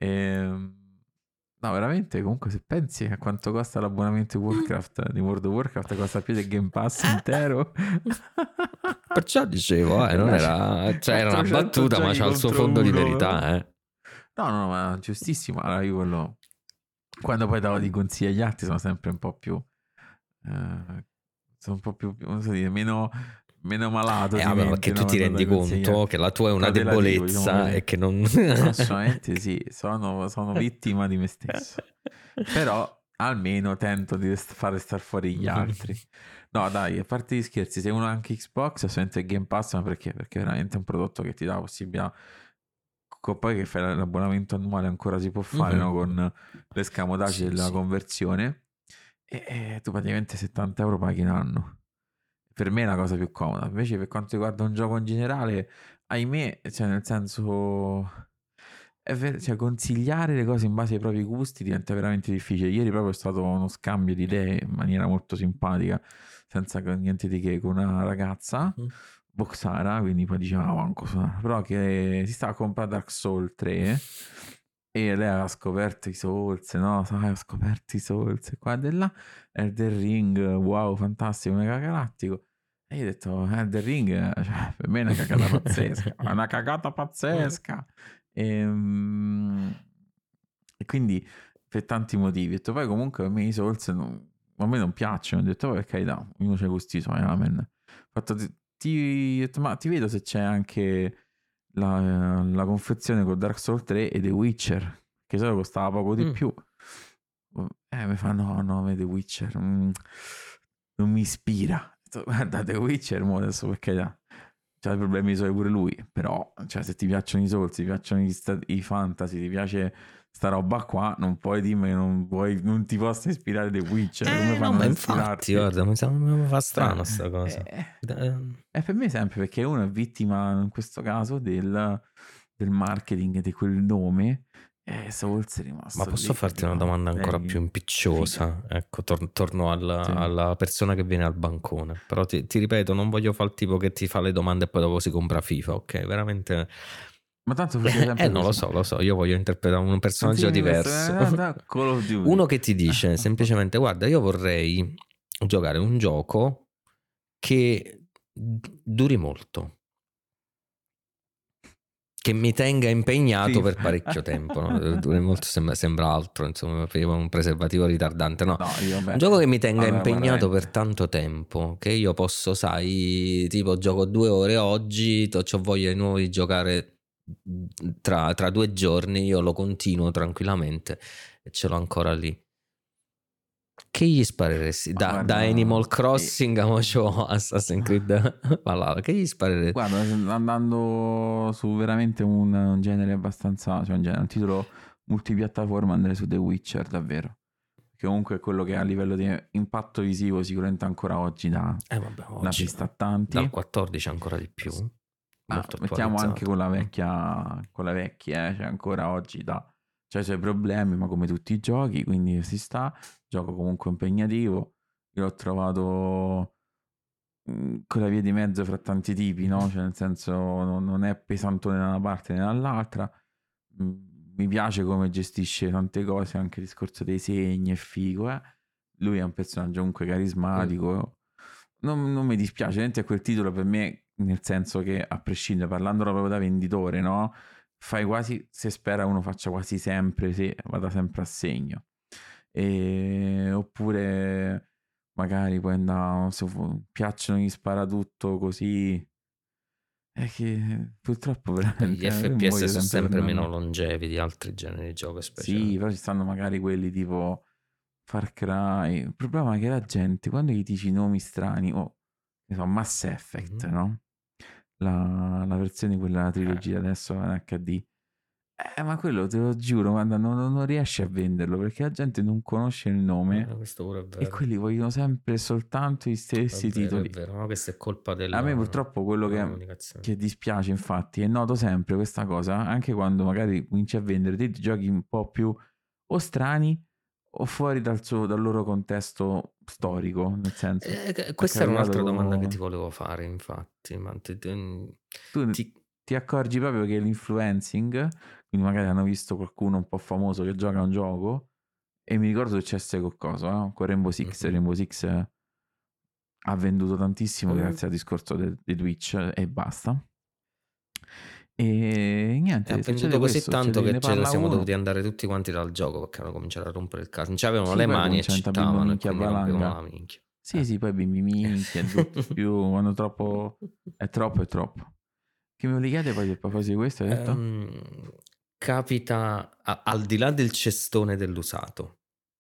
A: No, veramente, comunque se pensi a quanto costa l'abbonamento di Warcraft, di World of Warcraft, costa più del Game Pass intero.
B: Perciò dicevo, non era, cioè era una battuta, ma c'ha il suo fondo di verità.
A: No, ma giustissimo. Allora io quello... Quando poi davo di consigli agli altri sono sempre un po' più... sono un po' più, non so dire, meno malato.
B: Perché tu ti rendi conto che la tua è una debolezza, diciamo, e che non...
A: Assolutamente sì, sono vittima di me stesso. Però almeno tento di fare star fuori gli altri. No dai, a parte gli scherzi, se uno ha anche Xbox, assolutamente il Game Pass, ma perché? Perché è veramente un prodotto che ti dà la possibilità... Poi che fai l'abbonamento annuale ancora si può fare, no? Con l'escamotage della conversione, e tu praticamente 70 euro paghi in anno. Per me è la cosa più comoda. Invece per quanto riguarda un gioco in generale, ahimè, cioè nel senso cioè, consigliare le cose in base ai propri gusti diventa veramente difficile. Ieri proprio è stato uno scambio di idee in maniera molto simpatica, senza niente di che, con una ragazza boxara, quindi poi diceva manco però che si stava comprando Dark Souls 3 e lei aveva scoperto i Souls, no? Sai, ho scoperto i Souls qua e là, Elden Ring, wow, fantastico, mega galattico. E io ho detto, Elden Ring, cioè, per me è una cagata pazzesca, è una cagata pazzesca. E quindi per tanti motivi. E poi comunque per me i Souls a me non piacciono. Ho detto, per carità, ognuno c'è gusti suoi, amen. Ho fatto, ma ti vedo se c'è anche la confezione con Dark Souls 3 e The Witcher, che solo costava poco di più. Mi fa no, The Witcher non mi ispira. Guarda, The Witcher adesso, perché c'ha i problemi suoi pure lui, però cioè, se ti piacciono i Souls, ti piacciono i fantasy, ti piace sta roba qua, non puoi dirmi che non ti possa ispirare The Witcher. Come fanno
B: no, ma
A: ad
B: infatti,
A: ispirarti?
B: guarda, mi fa strano sta cosa.
A: È per me sempre, perché uno è vittima in questo caso del marketing di quel nome. Souls è rimasto.
B: Ma posso farti una domanda ancora più impicciosa? Ecco, torno alla persona che viene al bancone. Però ti ripeto, non voglio fare il tipo che ti fa le domande e poi dopo si compra FIFA, ok? Veramente.
A: Ma tanto faceva sempre
B: no, lo so, io voglio interpretare un personaggio diverso.
A: Call of Duty.
B: Uno che ti dice semplicemente, guarda, io vorrei giocare un gioco che duri molto, che mi tenga impegnato per parecchio tempo, no? Dura molto sembra altro, insomma, un preservativo ritardante, no? Un gioco che mi tenga impegnato per tanto tempo, che io posso, sai, tipo gioco 2 ore oggi, ho voglia di nuovo di giocare tra 2 giorni, io lo continuo tranquillamente e ce l'ho ancora lì. Che gli spareresti? Da Animal Crossing a Assassin's Creed Valhalla, che gli spareresti?
A: Guarda, andando su veramente un genere abbastanza, cioè un titolo multipiattaforma, andrei su The Witcher, davvero. Che comunque è quello che a livello di impatto visivo sicuramente ancora oggi dà la pista a tanti.
B: Dal 14 ancora di più.
A: Mettiamo anche con la vecchia, cioè ancora oggi c'è i suoi problemi, ma come tutti i giochi, quindi si sta. Gioco comunque impegnativo. Io l'ho trovato con la via di mezzo fra tanti tipi, no? Cioè nel senso non è pesantone da una parte né dall'altra. Mi piace come gestisce tante cose, anche il discorso dei segni è figo, eh? Lui è un personaggio comunque carismatico. Non mi dispiace, veramente quel titolo per me, nel senso che a prescindere, parlandolo proprio da venditore, no? Fai quasi, se spera uno faccia quasi sempre, se vada sempre a segno. Oppure magari poi andare, se piacciono gli sparatutto così, è che purtroppo veramente
B: gli FPS sono sempre meno longevi di altri generi di gioco speciali.
A: Sì, però ci stanno magari quelli tipo Far Cry. Il problema è che la gente quando gli dici nomi strani, ne so, Mass Effect, no? La versione di quella trilogia adesso in HD. Ma quello te lo giuro, guarda, non riesci a venderlo perché la gente non conosce il nome
B: questo pure è vero.
A: e quelli vogliono sempre soltanto gli stessi titoli.
B: È vero, no? Questa è colpa della.
A: A me purtroppo quello che dispiace, infatti, e noto sempre questa cosa, anche quando magari cominci a vendere dei giochi un po' più o strani o fuori dal loro contesto storico, nel senso.
B: Questa era un'altra domanda che ti volevo fare, infatti. Ma
A: ti accorgi proprio che l'influencing, quindi magari hanno visto qualcuno un po' famoso che gioca un gioco, e mi ricordo successe qualcosa, no? Con Rainbow Six. Rainbow Six ha venduto tantissimo grazie al discorso di Twitch e basta. E niente,
B: ha venduto così tanto che ce ne siamo dovuti andare tutti quanti dal gioco perché hanno cominciato a rompere il caso. Non c'avevano le mani e citavano e quindi rompevano la minchia.
A: Sì, poi bimbi minchia, più quando è troppo. Che mi volevi chiedere poi a proposito di questo, hai detto?
B: Capita, al di là del cestone dell'usato,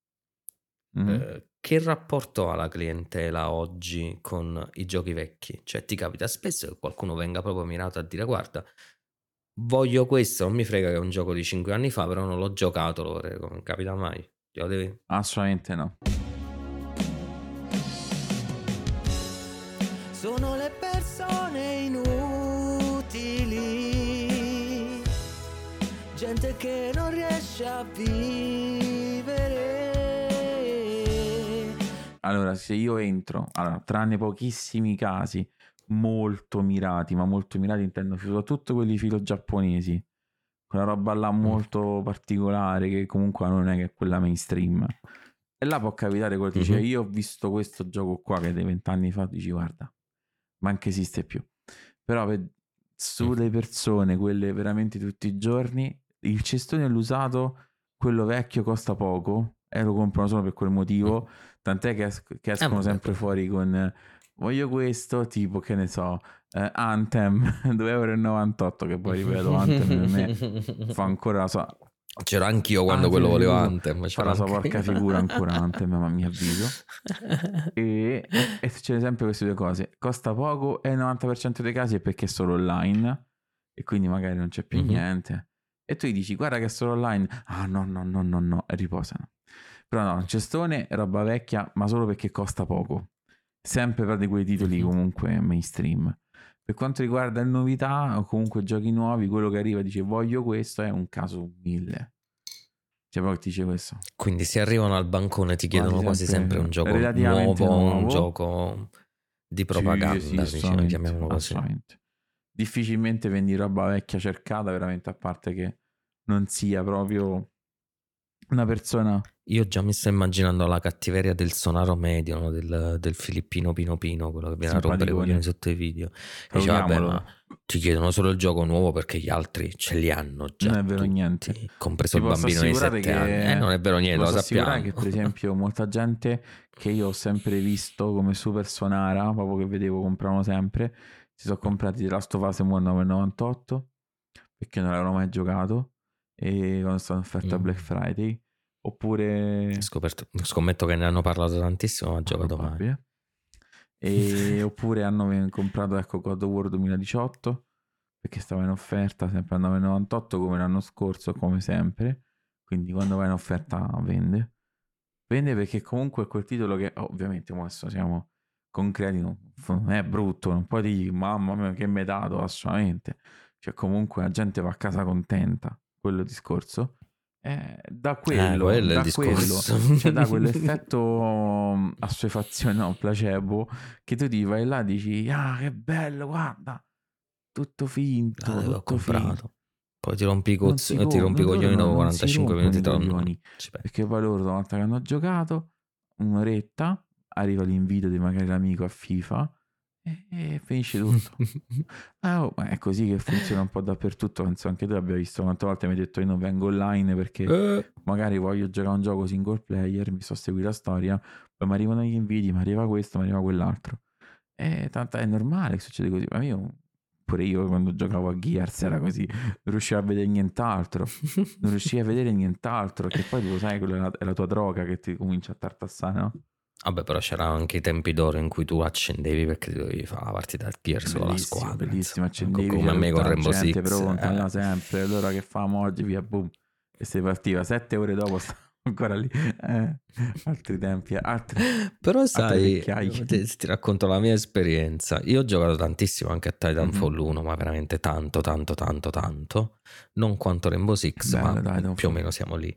B: che rapporto ha la clientela oggi con i giochi vecchi? Cioè ti capita spesso che qualcuno venga proprio mirato a dire guarda, voglio questo, non mi frega che è un gioco di 5 anni fa, però non l'ho giocato, lo prego, non capita mai.
A: Assolutamente no.
B: Sono le persone inutili, gente che non riesce a vivere.
A: Allora, se io entro, tranne pochissimi casi molto mirati, ma molto mirati intendo soprattutto quelli filo giapponesi, quella roba là molto particolare che comunque non è che è quella mainstream, e là può capitare quello che dice io ho visto questo gioco qua che dei 20 anni fa, dici guarda, ma anche esiste più. Però sulle persone, quelle veramente tutti i giorni, il cestone all'usato, quello vecchio costa poco, e lo comprano solo per quel motivo, tant'è che, che escono sempre fuori con voglio questo, tipo che ne so, Anthem 2,98 €, che poi ripeto, Anthem per me fa ancora la sua...
B: C'ero anch'io quando quello volevo Anthem.
A: Fa la sua porca figura ancora Anthem, a mio avviso. E succede sempre queste due cose. Costa poco e il 90% dei casi è perché è solo online e quindi magari non c'è più niente. E tu gli dici guarda che è solo online. Ah no, e riposano. Però no, cestone, roba vecchia, ma solo perché costa poco. Sempre per di quei titoli comunque mainstream. Per quanto riguarda le novità o comunque giochi nuovi, quello che arriva e dice voglio questo è un caso su 1000. Cioè proprio ti dice questo.
B: Quindi se arrivano al bancone ti chiedono quasi sempre un gioco nuovo, un gioco di propaganda, diciamo, chiamiamolo così.
A: Difficilmente vendi roba vecchia cercata, veramente, a parte che non sia proprio una persona...
B: Io già mi sto immaginando la cattiveria del sonaro medio, no? del filippino Pino Pino, quello che viene a rompere i coglioni sotto i video. E dice, vabbè, ma ti chiedono solo il gioco nuovo perché gli altri ce li hanno già.
A: Non è vero niente.
B: Compreso il bambino di 7 anni. Non è vero niente, lo sappiamo.
A: Che per esempio molta gente che io ho sempre visto come super sonara, proprio che vedevo comprano sempre, si sono comprati The Last of Us 9,98 perché non l'avevano mai giocato e quando stanno in offerta Black Friday. Oppure
B: scommetto che ne hanno parlato tantissimo, ma giocato mai.
A: E oppure hanno comprato, ecco, God of War 2018 perché stava in offerta sempre a 9,98 come l'anno scorso, come sempre. Quindi quando va in offerta vende perché comunque è quel titolo che ovviamente adesso siamo concreti, non è brutto, non puoi dire mamma mia che mi hai dato, assolutamente. Cioè comunque la gente va a casa contenta, quello discorso. Da quello, cioè da quell'effetto assuefazione, no, placebo, che tu ti vai là e dici ah che bello, guarda, tutto finto, tutto
B: comprato.
A: Finto.
B: Poi ti rompi i coglioni dopo 45 minuti
A: perché poi loro una volta che hanno giocato un'oretta arriva l'invito di magari l'amico a FIFA e finisce tutto. È così che funziona un po' dappertutto. Penso anche tu abbia visto quante volte mi hai detto io non vengo online perché magari voglio giocare un gioco single player, mi sto a seguire la storia, poi mi arrivano gli inviti, mi arriva questo, mi arriva quell'altro, e tanto è normale che succede così. Ma pure io quando giocavo a Gears era così, non riuscivo a vedere nient'altro, che poi tu sai, quella è la tua droga che ti comincia a tartassare, no?
B: Vabbè, però c'erano anche i tempi d'oro in cui tu accendevi perché ti dovevi fare la partita al Gears con la squadra.
A: Bellissimo, accendevi
B: come me con Rainbow Six.
A: Pronta, sempre. Allora che famo oggi? Via, boom. E si partiva 7 ore dopo, stavo ancora lì. Altri tempi,
B: però sai, ti racconto la mia esperienza. Io ho giocato tantissimo anche a Titanfall 1, ma veramente tanto. Non quanto Rainbow Six, ma più o meno siamo lì.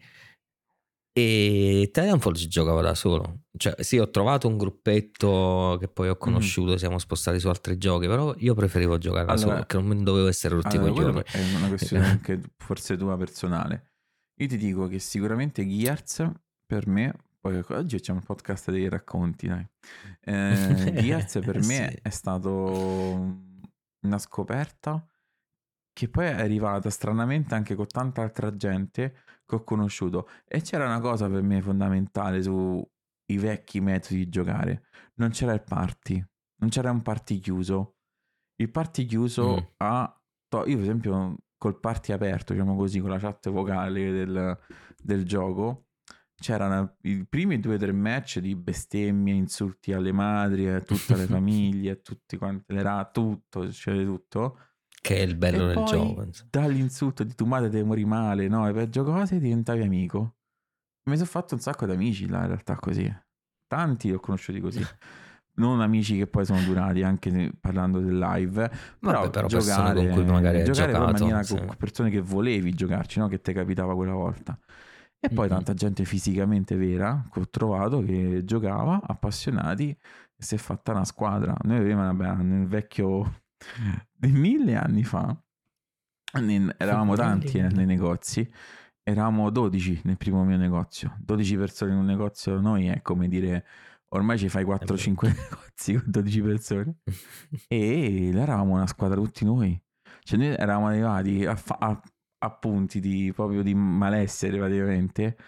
B: E Titanfall ci giocavo da solo, cioè sì, ho trovato un gruppetto che poi ho conosciuto, siamo spostati su altri giochi, però io preferivo giocare da solo perché non dovevo essere tutti quei giorni.
A: È una questione anche forse tua personale. Io ti dico che sicuramente Gears per me, poi oggi facciamo il podcast dei racconti, dai. Gears per me è stato una scoperta che poi è arrivata stranamente anche con tanta altra gente che ho conosciuto, e c'era una cosa per me fondamentale sui vecchi metodi di giocare: non c'era il party, non c'era un party chiuso. Il party chiuso io per esempio col party aperto, diciamo così, con la chat vocale del gioco, c'erano i primi 2 o 3 match di bestemmie, insulti alle madri, a tutte le famiglie, a tutti quanti tutto, succede tutto.
B: Che è il bello del gioco.
A: Dall'insulto di tu madre te mori male, no? E peggio cose diventavi amico. Mi sono fatto un sacco di amici là, in realtà, così. Tanti li ho conosciuti così. Non amici che poi sono durati, anche parlando del live. Però giocare
B: con cui magari hai giocato,
A: in maniera con persone che volevi giocarci, no? Che ti capitava quella volta. E poi tanta gente fisicamente vera che ho trovato che giocava, appassionati, e si è fatta una squadra. Noi prima, nel vecchio... 1000 anni fa eravamo tanti nei negozi, eravamo 12 nel primo mio negozio, 12 persone in un negozio. Noi è come dire ormai ci fai 4-5 negozi con 12 persone. E eravamo una squadra tutti noi, cioè noi eravamo arrivati a punti proprio di malessere praticamente,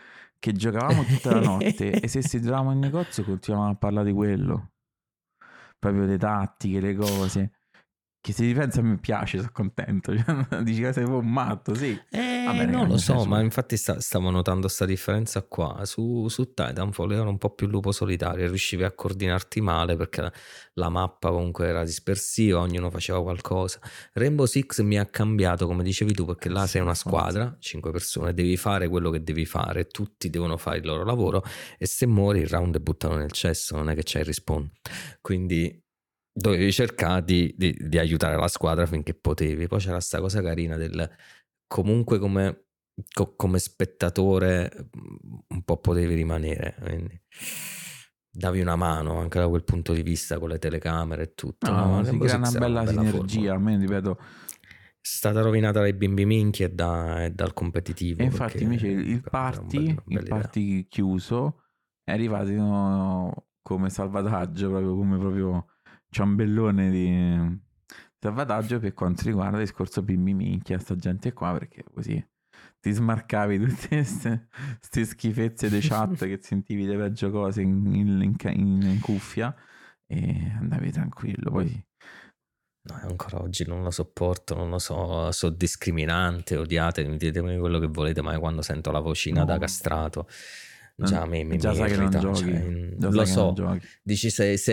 A: che giocavamo tutta la notte e se si trovavamo in negozio continuavamo a parlare di quello. Proprio le tattiche, le cose. Che se ti pensa a me piace, sono contento. Cioè, dici che sei un matto, sì. Vabbè,
B: Non lo so, ma
A: su.
B: infatti stavo notando sta differenza qua. Su Titanfall era un po' più lupo solitario, riuscivi a coordinarti male perché la mappa comunque era dispersiva, ognuno faceva qualcosa. Rainbow Six mi ha cambiato, come dicevi tu, perché là
A: Sì,
B: sei una
A: per forza.
B: squadra, 5 persone, devi fare quello che devi fare, tutti devono fare il loro lavoro e se muori il round è buttato nel cesso, non è che c'è il respawn. Quindi dovevi cercare di aiutare la squadra finché potevi. Poi c'era sta cosa carina del comunque come spettatore un po' potevi rimanere, quindi davi una mano anche da quel punto di vista con le telecamere e tutto.
A: No, si
B: Rainbow
A: crea una
B: Six era una
A: bella
B: bella
A: sinergia,
B: formula.
A: a me ripeto.
B: È stata rovinata dai bimbi minchia e dal competitivo
A: E
B: perché
A: infatti invece
B: era una
A: il
B: bella idea.
A: party chiuso è arrivato come salvataggio, come proprio ciambellone di salvataggio per quanto riguarda il discorso bimbi minchia, sta gente qua, perché così ti smarcavi tutte queste schifezze di chat che sentivi le peggio cose in cuffia e andavi tranquillo. Poi
B: No, ancora oggi non lo sopporto, non lo so, discriminante, odiate, ditemi quello che volete, ma quando sento la vocina da
A: no,
B: castrato, già a me
A: già
B: mi
A: sai che non
B: irrita,
A: giochi, già
B: lo
A: sai che non
B: so,
A: giochi.
B: dici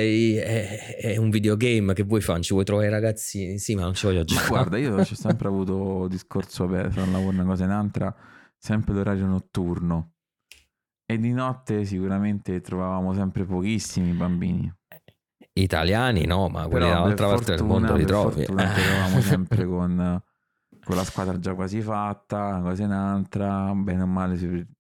B: è un videogame che vuoi fare, ci vuoi trovare i ragazzini, sì, ma non ci voglio
A: Ma
B: giocare.
A: guarda, io ho sempre avuto discorso per fare un lavoro, una cosa in un'altra, sempre l'orario notturno. E di notte sicuramente trovavamo sempre pochissimi bambini.
B: Italiani no, ma quelli
A: Però
B: dall'altra parte del mondo li
A: per
B: trovi.
A: fortuna giocavamo sempre con la squadra già quasi fatta, una cosa in un'altra, bene o male,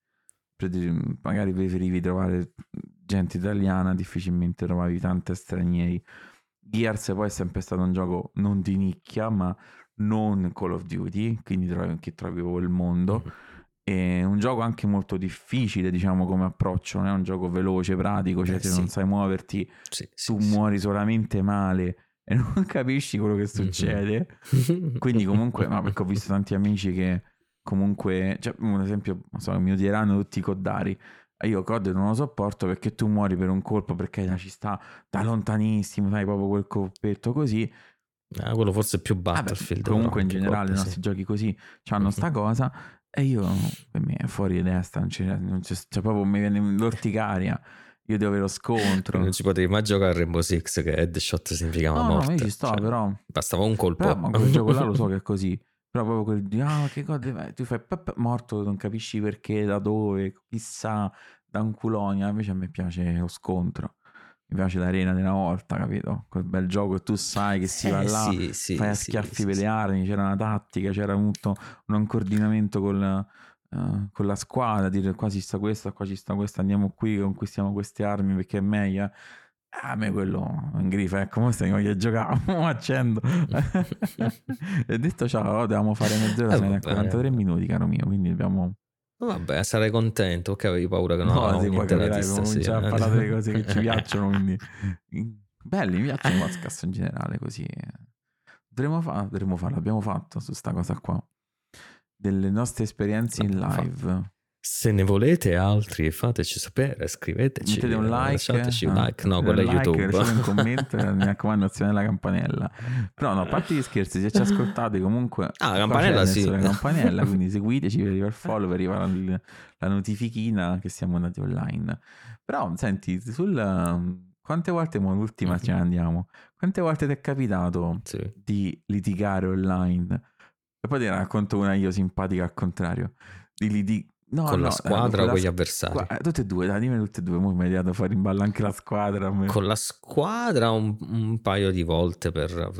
A: magari preferivi trovare gente italiana, difficilmente trovavi tante stranieri. Gears poi è sempre stato un gioco non di nicchia, ma non Call of Duty, quindi che trovi il mondo. È un gioco anche molto difficile, diciamo, come approccio, non è un gioco veloce, pratico, cioè se non
B: Sì.
A: sai muoverti
B: Sì,
A: tu
B: sì.
A: muori solamente male e non capisci quello che succede. Quindi comunque, no, perché ho visto tanti amici che comunque, cioè, un esempio, non so, mi odieranno tutti i coddari. Io COD non lo sopporto perché tu muori per un colpo, perché ci sta da lontanissimo, sai, proprio quel colpetto così.
B: Quello forse è più
A: Vabbè,
B: Battlefield, però
A: comunque in
B: anche
A: generale
B: COD,
A: i
B: sì.
A: nostri giochi così hanno sta cosa e io, per me, è fuori di testa, non c'è, cioè proprio mi viene l'orticaria, io devo avere lo
B: Quindi
A: scontro.
B: non ci potevi mai giocare a Rainbow Six, che headshot significava
A: No, io ci
B: morte.
A: sto,
B: Cioè,
A: però...
B: bastava un
A: Però
B: colpo.
A: ma quel gioco là lo so che è così. Però proprio quel di che cosa tu fai morto, non capisci perché, da dove, chissà, da un culonia. Invece a me piace lo scontro. Mi piace l'arena di una volta, capito? Quel bel gioco e tu sai che si va là,
B: Sì,
A: fai a
B: sì,
A: schiaffi
B: sì,
A: per le
B: sì.
A: armi, c'era una tattica, c'era un coordinamento con la squadra, dire qua ci sta questa, andiamo qui, conquistiamo queste armi perché è meglio. A me quello in grifa, ecco, mo stai voglio giocare, mo accendo. E detto ciao, dobbiamo fare mezz'ora, siamo a 43
B: Vabbè.
A: minuti, caro mio, quindi dobbiamo...
B: Vabbè, sarei contento, che avevi paura che non
A: No,
B: avevamo
A: se poi
B: niente da
A: capirai,
B: dire
A: dobbiamo cominciare a
B: stasera.
A: parlare delle cose che ci piacciono, quindi... Belli, mi piacciono i podcast in generale, così... Dovremmo farlo, abbiamo fatto su sta cosa qua. Delle nostre esperienze in live.
B: Se ne volete altri, fateci sapere, scriveteci,
A: Mettete un like,
B: lasciateci un like. No, quello è
A: like,
B: YouTube.
A: lasciate un commento e mi raccomando azione della campanella. Però no, a parte gli scherzi, se ci ascoltate comunque
B: la
A: qua
B: campanella
A: c'è
B: sì.
A: adesso la campanella, quindi seguiteci per arrivare il follow, per arrivare la notifichina che siamo andati online. Però senti, quante volte l'ultima ce ne andiamo? Quante volte ti è capitato di litigare online? E poi ti racconto una io simpatica al contrario. No,
B: con la squadra o con gli avversari?
A: Tutte e due, dai, dimmi tutte e due. Mo' mi hai dato fuori in ballo anche la squadra.
B: Con la squadra un paio di volte per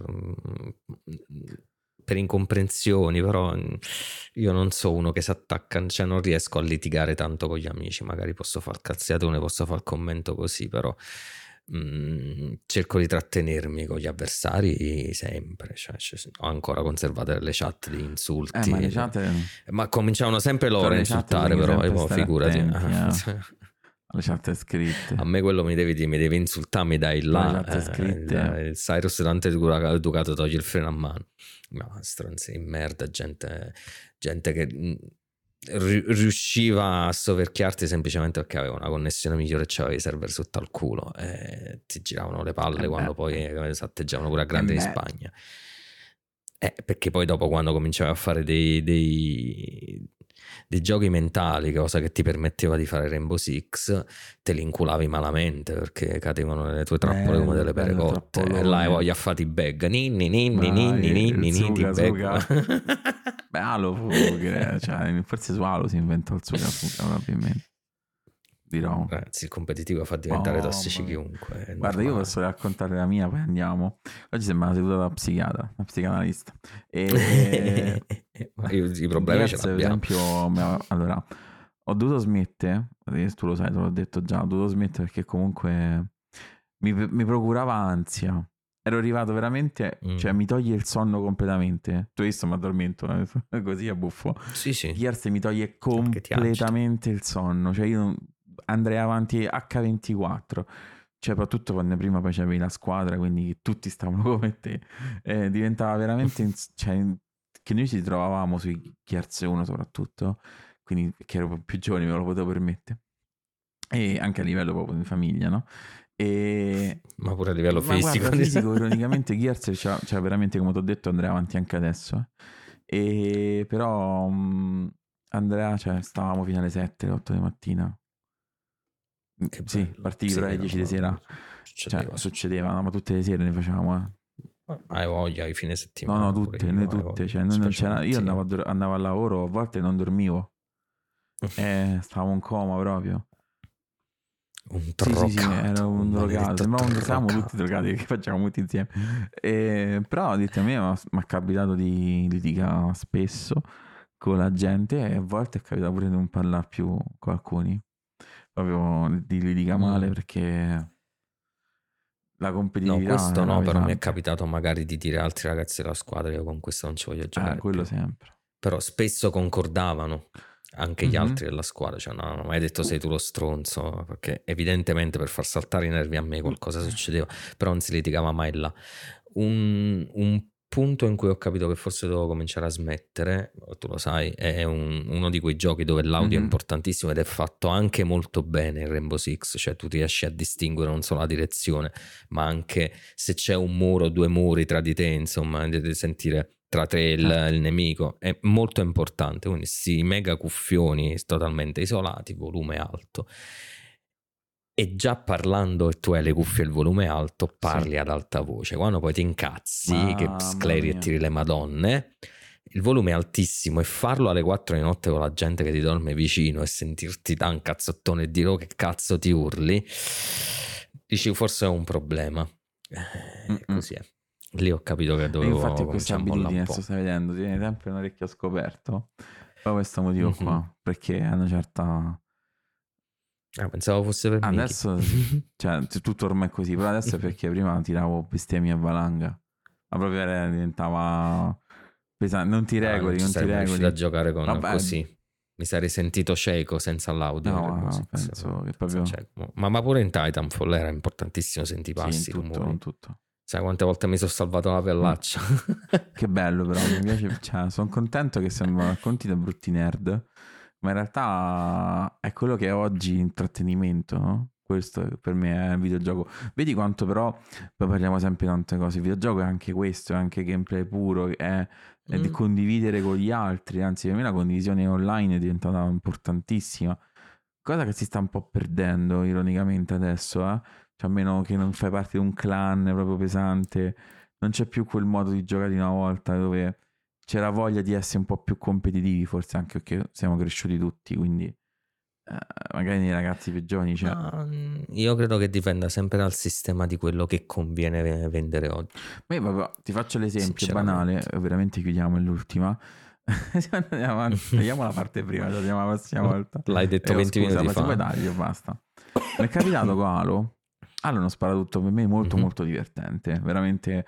B: incomprensioni, però io non so uno che si attacca, cioè non riesco a litigare tanto con gli amici, magari posso far cazziatone, posso far commento così, però cerco di trattenermi con gli avversari sempre, cioè, ho ancora conservate le chat di insulti,
A: ma le chat...
B: ma cominciavano sempre loro a insultare, però figurati.
A: Le chat scritte.
B: A me quello mi devi insultare, mi dai là. Il Cyrus tanto educato toglie il freno a mano. No, stronzi di merda, gente che riusciva a soverchiarti semplicemente perché aveva una connessione migliore e c'aveva i server sotto al culo e ti giravano le palle quando poi satteggiavano pure a grande in Spagna. Perché poi dopo, quando cominciavi a fare dei giochi mentali, cosa che ti permetteva di fare Rainbow Six, te li inculavi malamente perché cadevano nelle tue trappole come delle pere cotte. E là voglio fare i bag.
A: Beh, Halo fu, cioè, forse su Halo si inventò il suga probabilmente. Dirò.
B: Ragazzi, il competitivo fa diventare tossici chiunque.
A: Guarda, io posso raccontare la mia, poi andiamo. Oggi sembra una seduta da psichiatra, una psicanalista.
B: I problemi ce l'abbiamo.
A: Per esempio, allora, ho dovuto smettere, tu lo sai, te l'ho detto già, ho dovuto smettere perché comunque mi procurava ansia. Ero arrivato veramente, cioè mi toglie il sonno completamente. Tu hai visto, mi addormento così a buffo.
B: Sì.
A: Gears mi toglie completamente il sonno. Cioè io andrei avanti H24. Cioè, soprattutto quando prima facevi la squadra, quindi tutti stavano come te. Diventava veramente... cioè, che noi ci trovavamo sui Gears 1 soprattutto, quindi che ero più giovane me lo potevo permettere. E anche a livello proprio di famiglia, no?
B: Ma pure a livello fisico.
A: Guarda, fisico ironicamente Gears cioè veramente, come ti ho detto, andrei avanti anche adesso. Però Andrea, cioè, stavamo fino alle 7, 8 di mattina.
B: Che
A: sì,
B: bello.
A: partivi per le 10 di sera. Succedeva, no? Ma tutte le sere ne facevamo.
B: Hai voglia, i fine settimana.
A: No, tutte. Cioè, non c'era, io andavo al lavoro, a volte non dormivo. Stavo in coma proprio.
B: Un drogato.
A: Sì, era un drogato. Stavamo tutti drogati perché facciamo tutti insieme. Però, dite, a me mi è capitato di litigare spesso con la gente e a volte è capitato pure di non parlare più con alcuni. Proprio di litigare male perché la competitività...
B: No, questo no, però mi è capitato magari di dire a altri ragazzi della squadra: io con questo non ci voglio giocare
A: quello
B: più.
A: sempre.
B: Però spesso concordavano anche gli altri della squadra, cioè no, non ho mai detto sei tu lo stronzo, perché evidentemente per far saltare i nervi a me qualcosa succedeva, però non si litigava mai là. Un punto in cui ho capito che forse dovevo cominciare a smettere, tu lo sai, è uno di quei giochi dove l'audio è importantissimo ed è fatto anche molto bene in Rainbow Six, cioè tu riesci a distinguere non solo la direzione, ma anche se c'è un muro, due muri tra di te, insomma, di sentire tra te e il nemico, è molto importante. Quindi sti mega cuffioni totalmente isolati, volume alto, e già parlando, e tu hai le cuffie e il volume alto, parli ad alta voce. Quando poi ti incazzi che scleri e tiri le madonne, il volume è altissimo, e farlo alle 4 di notte con la gente che ti dorme vicino e sentirti da un cazzottone e dire oh, che cazzo ti urli, dici forse è un problema. Così è. Lì ho capito che dovevo...
A: Infatti questa abitudine, sto stai vedendo, ti viene sempre un orecchio scoperto per questo motivo qua, perché a una certa...
B: pensavo fosse per me.
A: Adesso, cioè, tutto ormai è così, però adesso è perché prima tiravo bestemmie a valanga, ma proprio diventava pesante, non ti regoli, non ti regoli.
B: Da giocare con così. Mi sarei sentito cieco senza l'audio.
A: No, penso che proprio...
B: Ma pure in Titanfall era importantissimo sentire i passi,
A: non tutto.
B: Sai quante volte mi sono salvato la pellaccia?
A: Che bello, però mi piace, cioè, sono contento che sembrano racconti da brutti nerd, ma in realtà è quello che è oggi intrattenimento, no? Questo per me è il videogioco. Vedi quanto però, poi parliamo sempre di tante cose, il videogioco è anche questo, è anche gameplay puro, è di condividere con gli altri, anzi per me la condivisione online è diventata importantissima, cosa che si sta un po' perdendo ironicamente adesso, cioè, a meno che non fai parte di un clan proprio pesante, non c'è più quel modo di giocare di una volta dove c'era voglia di essere un po' più competitivi, forse anche perché siamo cresciuti tutti, quindi magari nei ragazzi più giovani c'è.
B: Io credo che dipenda sempre dal sistema di quello che conviene vendere oggi.
A: Ma io proprio, ti faccio l'esempio banale, veramente chiudiamo l'ultima. Andiamo avanti, vediamo la parte prima, ci andiamo la prossima volta.
B: L'hai detto 20 minuti fa.
A: Poi taglio, basta. Mi è capitato con Halo hanno sparato tutto, per me molto molto divertente, veramente.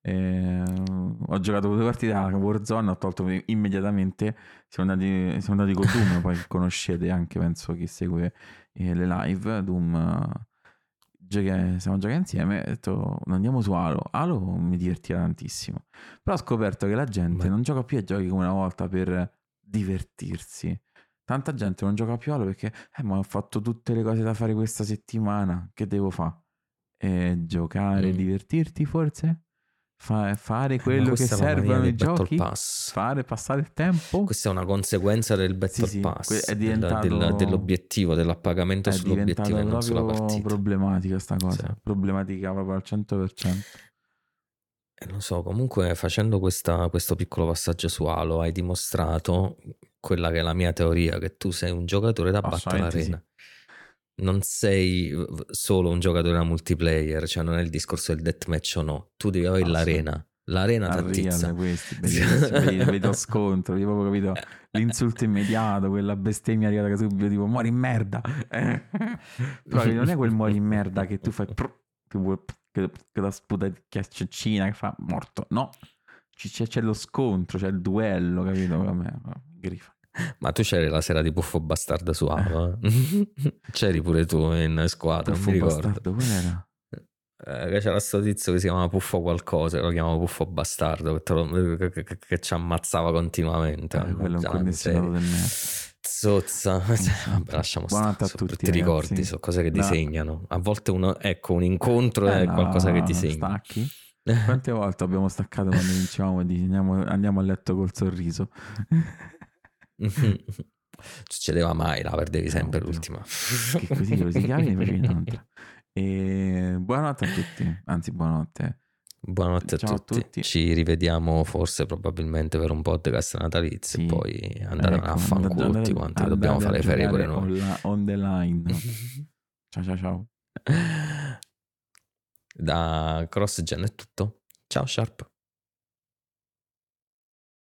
A: Ho giocato 2 partite a Warzone, ho tolto immediatamente, siamo andati con Doom, poi conoscete anche, penso chi segue le live, Doom, siamo giocati insieme, ho detto andiamo su Halo mi divertiva tantissimo, però ho scoperto che la gente non gioca più ai giochi come una volta per divertirsi, Tanta gente non gioca più Halo perché ma ho fatto tutte le cose da fare questa settimana, che devo fare? Giocare, divertirti forse? Fare
B: Ma
A: quello che
B: questa è la mania
A: servono
B: dei
A: i
B: Battle
A: giochi?
B: Pass.
A: Passare il tempo?
B: Questa è una conseguenza del Battle
A: Sì,
B: Pass,
A: è diventato...
B: dell'obiettivo, dell'appagamento
A: È
B: sull'obiettivo
A: diventata
B: e non sulla
A: proprio
B: partita.
A: problematica sta
B: Sì.
A: cosa, problematica proprio al 100%.
B: Non so, comunque facendo questo piccolo passaggio su Halo hai dimostrato quella che è la mia teoria, che tu sei un giocatore da Battle Arena. Non sei solo un giocatore da multiplayer, cioè non è il discorso del deathmatch o no, tu devi avere l'arena. L'arena t'attizza.
A: Questi bellissimi, vedo scontro, io proprio capito l'insulto immediato, quella bestemmia arrivata subito tipo muori in merda. Però non è quel muori in merda che tu fai che la sputa di chiaccina che fa morto, no, c'è lo scontro, c'è il duello, capito? Grifa.
B: Ma tu c'eri la sera di Puffo Bastardo su Halo, eh? C'eri pure tu in squadra,
A: Puffo
B: non mi ricordo.
A: Bastardo, qual era?
B: Che c'era sto tizio che si chiamava Puffo qualcosa, lo chiamavo Puffo Bastardo, che ci ammazzava continuamente.
A: Quello è un connessionato del merda.
B: Zozza. Vabbè, lasciamo
A: Buonanotte a tutti,
B: ti ricordi,
A: ragazzi.
B: sono cose che ti segnano. A volte un incontro è qualcosa che ti segna.
A: Stacchi? Quante volte abbiamo staccato quando vincevamo e andiamo a letto col sorriso?
B: Succedeva mai, la perdevi sempre
A: ovvio.
B: l'ultima.
A: Che così rosicavi e ne facevi un'altra. E buonanotte a tutti, anzi buonanotte.
B: Buonanotte a tutti. Ci rivediamo forse probabilmente per un podcast natalizio e poi andare a fanculo tutti quanti, dobbiamo fare ferie pure noi.
A: On the line. Ciao.
B: Da CrossGen è tutto. Ciao Sharp.